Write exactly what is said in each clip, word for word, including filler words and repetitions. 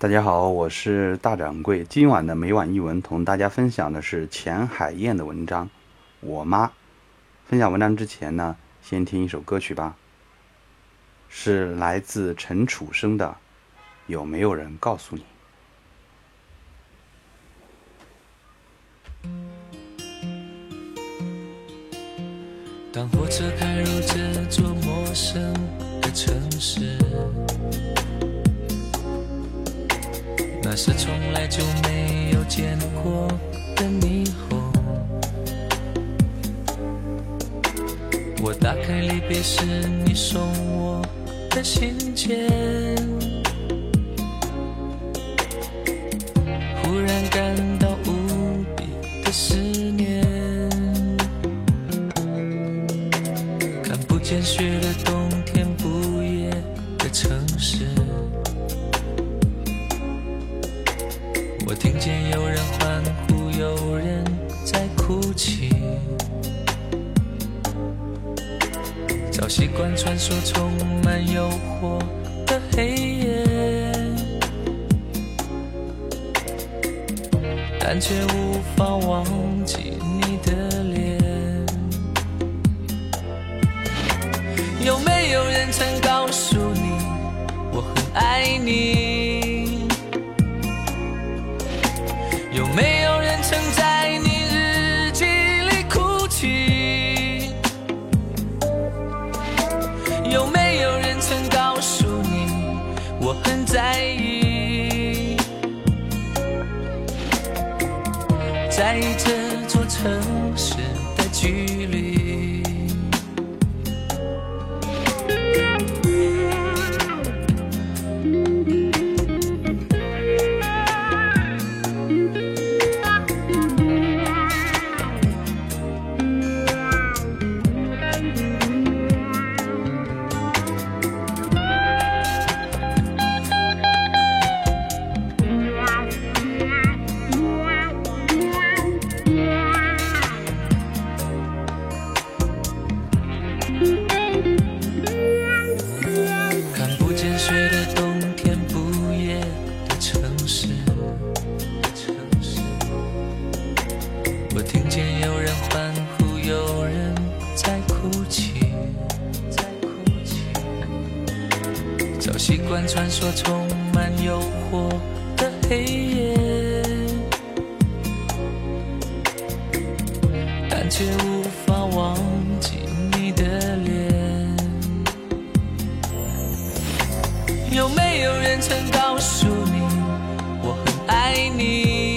大家好，我是大掌柜。今晚的每晚一文同大家分享的是钱海燕的文章《我妈》。分享文章之前呢，先听一首歌曲吧，是来自陈楚生的《有没有人告诉你》。 当火车开入这座陌生的城市，那是从来就没有见过的霓虹。我打开离别时你送我的信件，忽然感到无比的思念。看不见雪的冬天，不夜的城市，我听见有人欢呼，有人在哭泣。早习惯穿梭充满诱惑的黑夜，但却无法忘记你的脸。有没有人曾告诉你我很爱你？有没有人曾在你日记里哭泣？有没有人曾告诉你我很在意？在意这座城市的距离。我听见有人欢呼，有人在哭泣。早习惯穿梭充满诱惑的黑夜，但却无法忘记你的脸。有没有人曾告诉你我很爱你？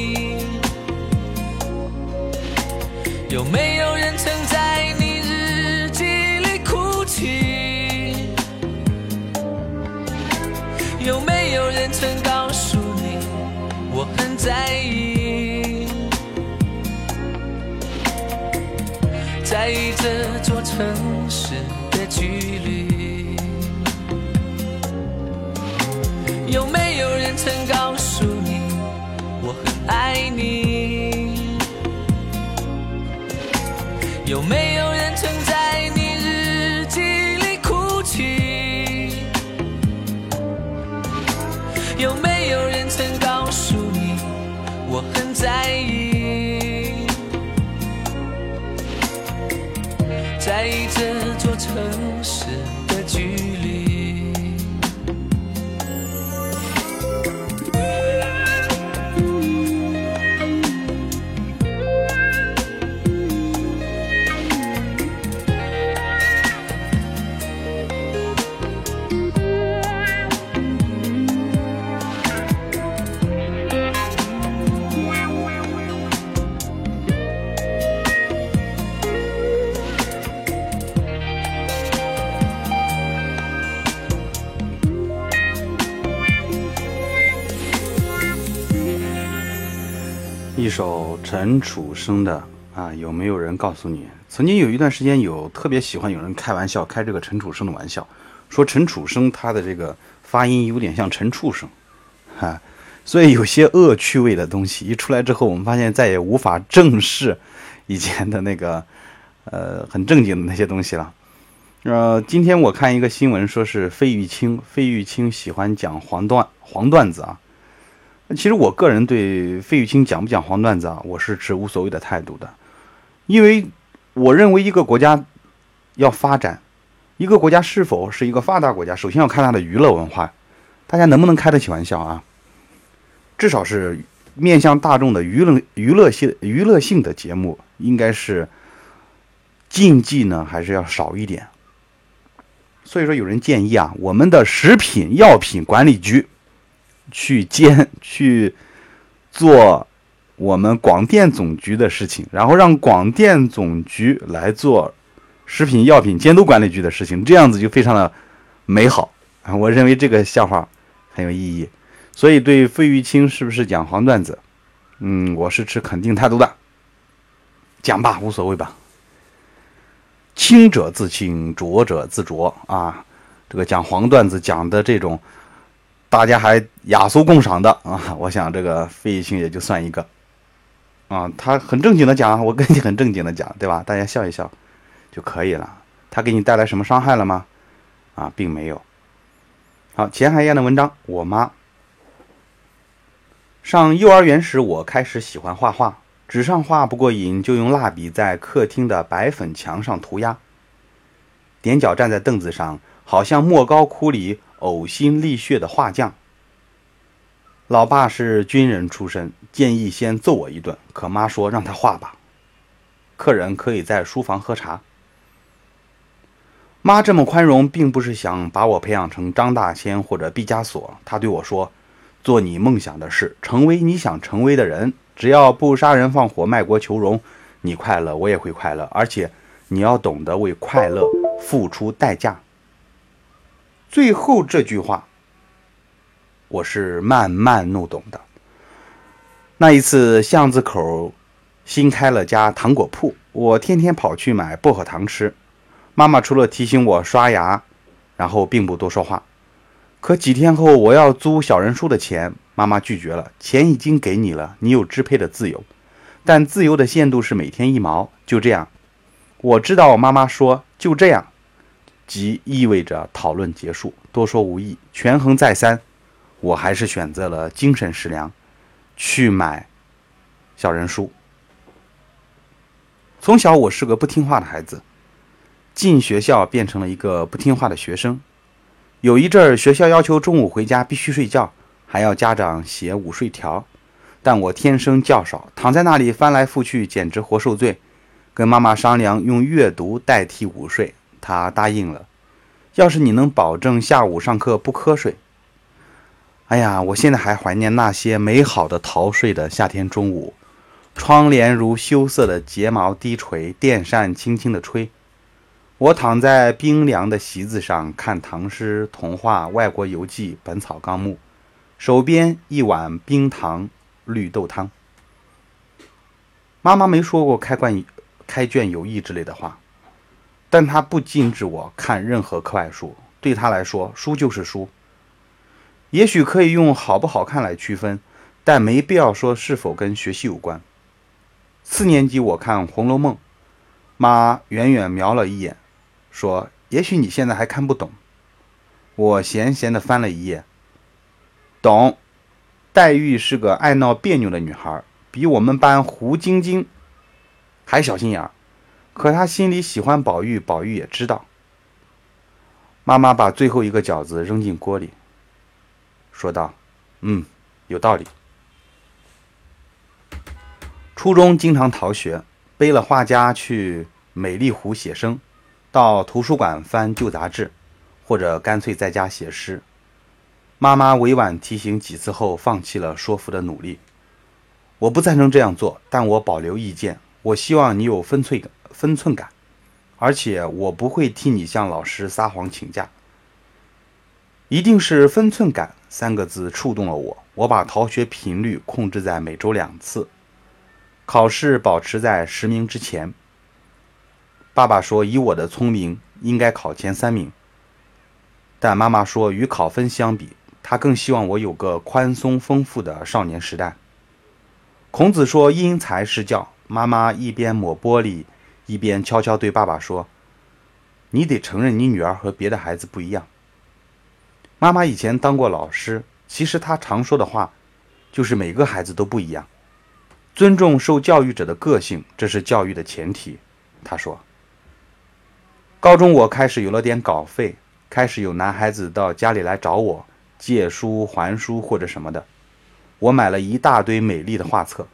有没有人曾在你日记里哭泣？有没有人曾告诉你我很在意？在意这座城市的距离。有没有人曾告诉你我很爱你？有没有人曾在你日记里哭泣？有没有人曾告诉你我很在意？在意这座城市的距离。 一首陈楚生的啊，有没有人告诉你？曾经有一段时间有特别喜欢有人开玩笑，开这个陈楚生的玩笑，说陈楚生他的这个发音有点像陈畜生，哈、啊，所以有些恶趣味的东西一出来之后，我们发现再也无法正视以前的那个呃很正经的那些东西了。呃，今天我看一个新闻，说是费玉清，费玉清喜欢讲黄段黄段子啊。 其实我个人对费玉清讲不讲黄段子啊，我是持无所谓的态度的，因为我认为一个国家要发展，一个国家是否是一个发达国家，首先要看它的娱乐文化，大家能不能开得起玩笑啊？至少是面向大众的娱乐娱乐性娱乐性的节目，应该是禁忌呢，还是要少一点。所以说，有人建议啊，我们的食品药品管理局去监去做我们广电总局的事情，然后让广电总局来做食品药品监督管理局的事情，这样子就非常的美好啊！我认为这个笑话很有意义。所以对费玉清是不是讲黄段子，嗯，我是持肯定态度的，讲吧，无所谓吧。清者自清，浊者自浊啊！这个讲黄段子讲的这种，大家还雅俗共赏的啊！我想这个费玉清也就算一个啊，他很正经的讲，我跟你很正经的讲，对吧？大家笑一笑就可以了。他给你带来什么伤害了吗？啊，并没有。好，钱海燕的文章，我妈。上幼儿园时，我开始喜欢画画。纸上画不过瘾，就用蜡笔在客厅的白粉墙上涂鸦。踮脚站在凳子上，好像莫高窟里呕心沥血的画匠。老爸是军人出身，建议先揍我一顿，可妈说让他画吧。客人可以在书房喝茶。妈这么宽容，并不是想把我培养成张大千或者毕加索。她对我说，做你梦想的事，成为你想成为的人，只要不杀人放火卖国求荣，你快乐我也会快乐，而且你要懂得为快乐付出代价。最后这句话我是慢慢弄懂的。那一次巷子口新开了家糖果铺，我天天跑去买薄荷糖吃。妈妈除了提醒我刷牙，然后并不多说话。可几天后，我要租小人书的钱，妈妈拒绝了。钱已经给你了，你有支配的自由，但自由的限度是每天一毛。就这样，我知道妈妈说就这样，即意味着讨论结束，多说无益。权衡再三，我还是选择了精神食粮，去买小人书。从小我是个不听话的孩子，进学校变成了一个不听话的学生。有一阵儿，学校要求中午回家必须睡觉，还要家长写午睡条，但我天生觉少，躺在那里翻来覆去，简直活受罪。跟妈妈商量用阅读代替午睡，她答应了。要是你能保证下午上课不瞌睡。哎呀，我现在还怀念那些美好的逃睡的夏天中午，窗帘如羞涩的睫毛低垂，电扇轻轻地吹。我躺在冰凉的席子上，看唐诗、童话、外国游记、本草纲目，手边一碗冰糖绿豆汤。妈妈没说过开罐开卷有益之类的话，但她不禁止我看任何课外书。对她来说，书就是书，也许可以用好不好看来区分，但没必要说是否跟学习有关。四年级我看《红楼梦》，妈远远瞄了一眼，说也许你现在还看不懂。我闲闲地翻了一页，懂。黛玉是个爱闹别扭的女孩，比我们班胡晶晶还小心眼儿，可她心里喜欢宝玉，宝玉也知道。妈妈把最后一个饺子扔进锅里，说道：嗯，有道理。初中经常逃学，背了画家去美丽湖写生，到图书馆翻旧杂志，或者干脆在家写诗。妈妈委婉提醒几次后，放弃了说服的努力。我不赞成这样做，但我保留意见。我希望你有分寸感，分寸感，而且我不会替你向老师撒谎请假。一定是分寸感三个字触动了我。我把逃学频率控制在每周两次，考试保持在十名之前。爸爸说以我的聪明应该考前三名，但妈妈说与考分相比，她更希望我有个宽松丰富的少年时代。孔子说因材施教，妈妈一边抹玻璃，一边悄悄对爸爸说，你得承认你女儿和别的孩子不一样。妈妈以前当过老师，其实她常说的话就是每个孩子都不一样，尊重受教育者的个性，这是教育的前提。他说，高中我开始有了点稿费，开始有男孩子到家里来找我借书还书或者什么的，我买了一大堆美丽的画册，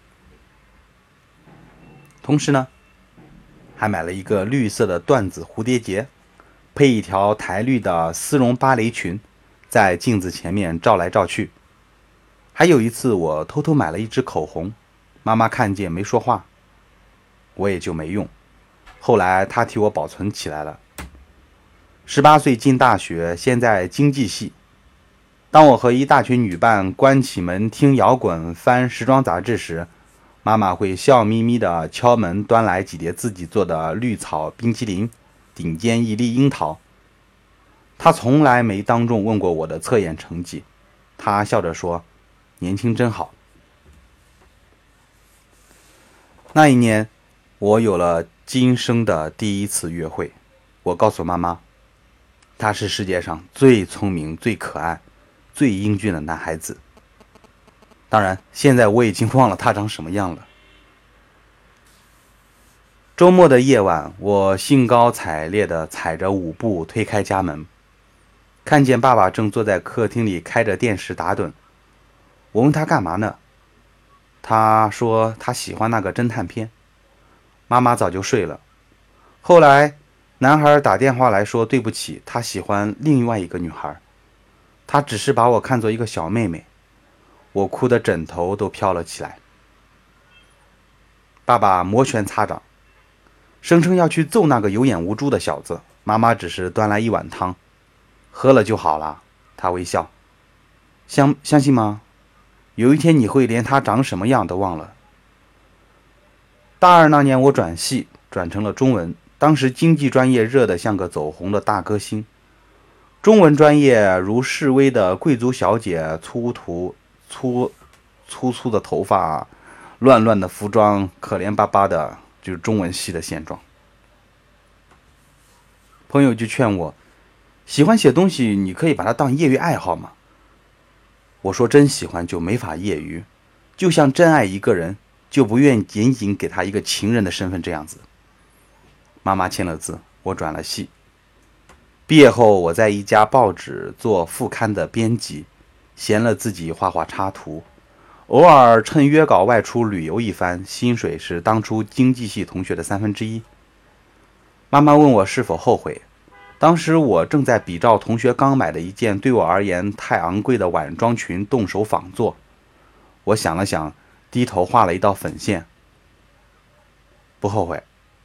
同时呢还买了一个绿色的缎子蝴蝶结，配一条台绿的丝绒芭蕾裙，在镜子前面照来照去。还有一次我偷偷买了一支口红，妈妈看见没说话，我也就没用，后来她替我保存起来了。十八岁进大学，现在经济系。当我和一大群女伴关起门听摇滚翻时装杂志时，妈妈会笑眯眯地敲门，端来几碟自己做的绿草冰淇淋，顶尖一粒樱桃。她从来没当众问过我的测验成绩，她笑着说，年轻真好。那一年我有了今生的第一次约会，我告诉妈妈，他是世界上最聪明最可爱最英俊的男孩子。当然现在我已经忘了他长什么样了。周末的夜晚，我兴高采烈地踩着舞步推开家门，看见爸爸正坐在客厅里开着电视打盹。我问他干嘛呢，他说他喜欢那个侦探片。妈妈早就睡了。后来男孩打电话来说，对不起，他喜欢另外一个女孩，他只是把我看作一个小妹妹。我哭得枕头都飘了起来。爸爸摩拳擦掌，声称要去揍那个有眼无珠的小子。妈妈只是端来一碗汤，喝了就好了。他微笑，相相信吗？有一天你会连他长什么样都忘了。大二那年我转系，转成了中文。当时经济专业热得像个走红的大歌星，中文专业如示威的贵族小姐，粗涂粗粗粗的头发，乱乱的服装，可怜巴巴的，就是中文系的现状。朋友就劝我，喜欢写东西你可以把它当业余爱好嘛。我说真喜欢就没法业余，就像真爱一个人就不愿仅仅给他一个情人的身份这样子。妈妈签了字，我转了系。毕业后我在一家报纸做副刊的编辑，闲了自己画画插图，偶尔趁约稿外出旅游一番，薪水是当初经济系同学的三分之一。妈妈问我是否后悔，当时我正在比照同学刚买的一件对我而言太昂贵的晚装裙动手仿做。我想了想，低头画了一道粉线，不后悔。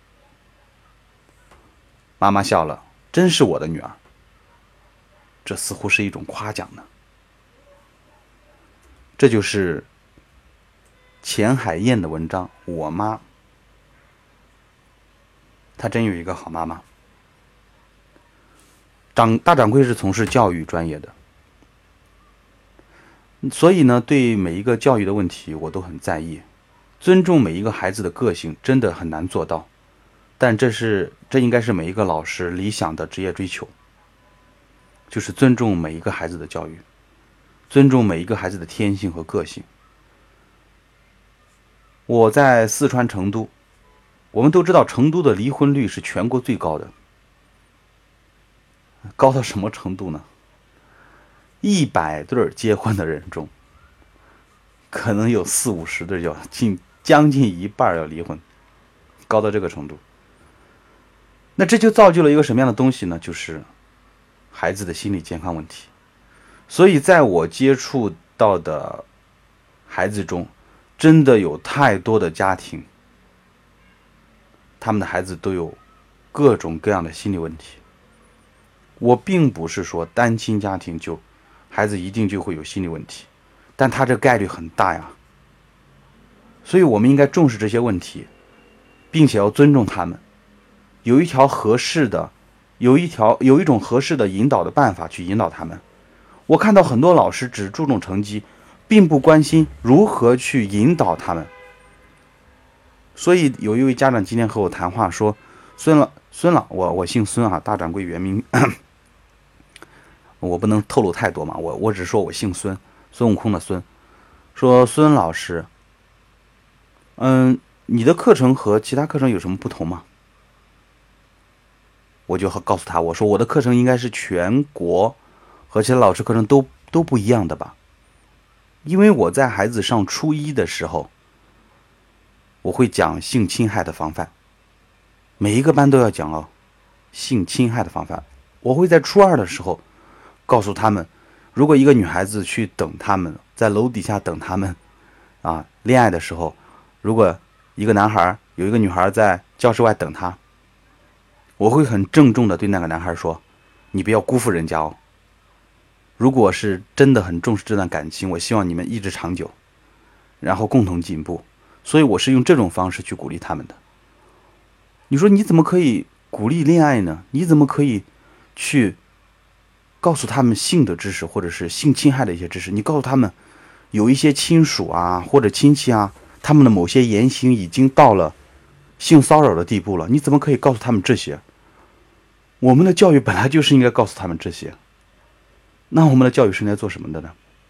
妈妈笑了，真是我的女儿。这似乎是一种夸奖呢。这就是钱海燕的文章《我妈》，她真有一个好妈妈。掌大掌柜是从事教育专业的，所以呢，对每一个教育的问题我都很在意。尊重每一个孩子的个性真的很难做到，但这是这应该是每一个老师理想的职业追求，就是尊重每一个孩子的教育，尊重每一个孩子的天性和个性。我在四川成都，我们都知道成都的离婚率是全国最高的，高到什么程度呢？一百对结婚的人中，可能有四五十对要近将近一半要离婚，高到这个程度。那这就造就了一个什么样的东西呢？就是孩子的心理健康问题。所以在我接触到的孩子中，真的有太多的家庭，他们的孩子都有各种各样的心理问题。我并不是说单亲家庭就孩子一定就会有心理问题，但他这概率很大呀。所以我们应该重视这些问题，并且要尊重他们，有一条合适的有一条有一种合适的引导的办法去引导他们。我看到很多老师只注重成绩，并不关心如何去引导他们。所以有一位家长今天和我谈话说，孙老孙老我我姓孙啊，大掌柜原名我不能透露太多嘛，我我只说我姓孙，孙悟空的孙。 说孙老师，嗯，你的课程和其他课程有什么不同吗？我就告诉他，我说我的课程应该是全国和其他老师课程都都不一样的吧，因为我在孩子上初一的时候，我会讲性侵害的防范，每一个班都要讲哦，性侵害的防范。我会在初二的时候告诉他们，如果一个女孩子去等他们，在楼底下等他们啊恋爱的时候，如果一个男孩有一个女孩在教室外等他，我会很郑重的对那个男孩说，你不要辜负人家哦，如果是真的很重视这段感情，我希望你们一直长久，然后共同进步。所以我是用这种方式去鼓励他们的。你说你怎么可以鼓励恋爱呢？你怎么可以去告诉他们性的知识，或者是性侵害的一些知识？你告诉他们有一些亲属啊或者亲戚啊，他们的某些言行已经到了性骚扰的地步了，你怎么可以告诉他们这些？我们的教育本来就是应该告诉他们这些，那我们的教育是应该做什么的呢？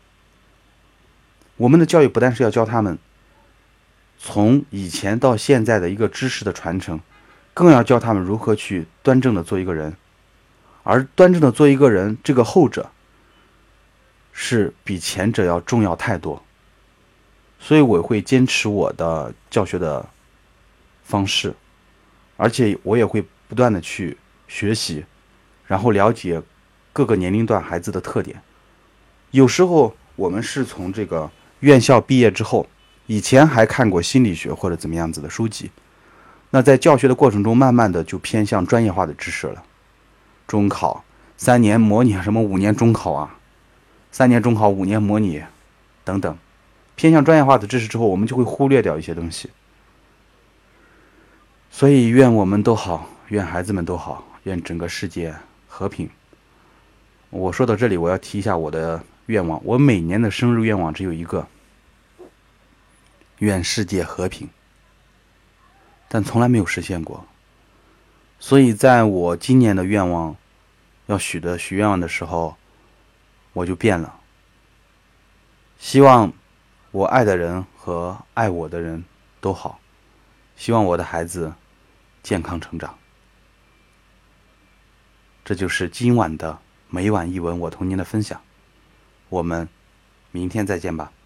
我们的教育不但是要教他们从以前到现在的一个知识的传承，更要教他们如何去端正的做一个人。而端正的做一个人，这个后者是比前者要重要太多。所以我会坚持我的教学的方式，而且我也会不断的去学习，然后了解各个年龄段孩子的特点。有时候我们是从这个院校毕业之后，以前还看过心理学或者怎么样子的书籍，那在教学的过程中慢慢的就偏向专业化的知识了。中考三年模拟，什么五年中考啊，三年中考五年模拟等等，偏向专业化的知识之后，我们就会忽略掉一些东西。所以愿我们都好，愿孩子们都好，愿整个世界和平。我说到这里，我要提一下我的愿望，我每年的生日愿望只有一个，愿世界和平，但从来没有实现过。所以在我今年的愿望要许的许愿望的时候，我就变了，希望我爱的人和爱我的人都好，希望我的孩子健康成长。这就是今晚的每晚一文我童年的分享，我们明天再见吧。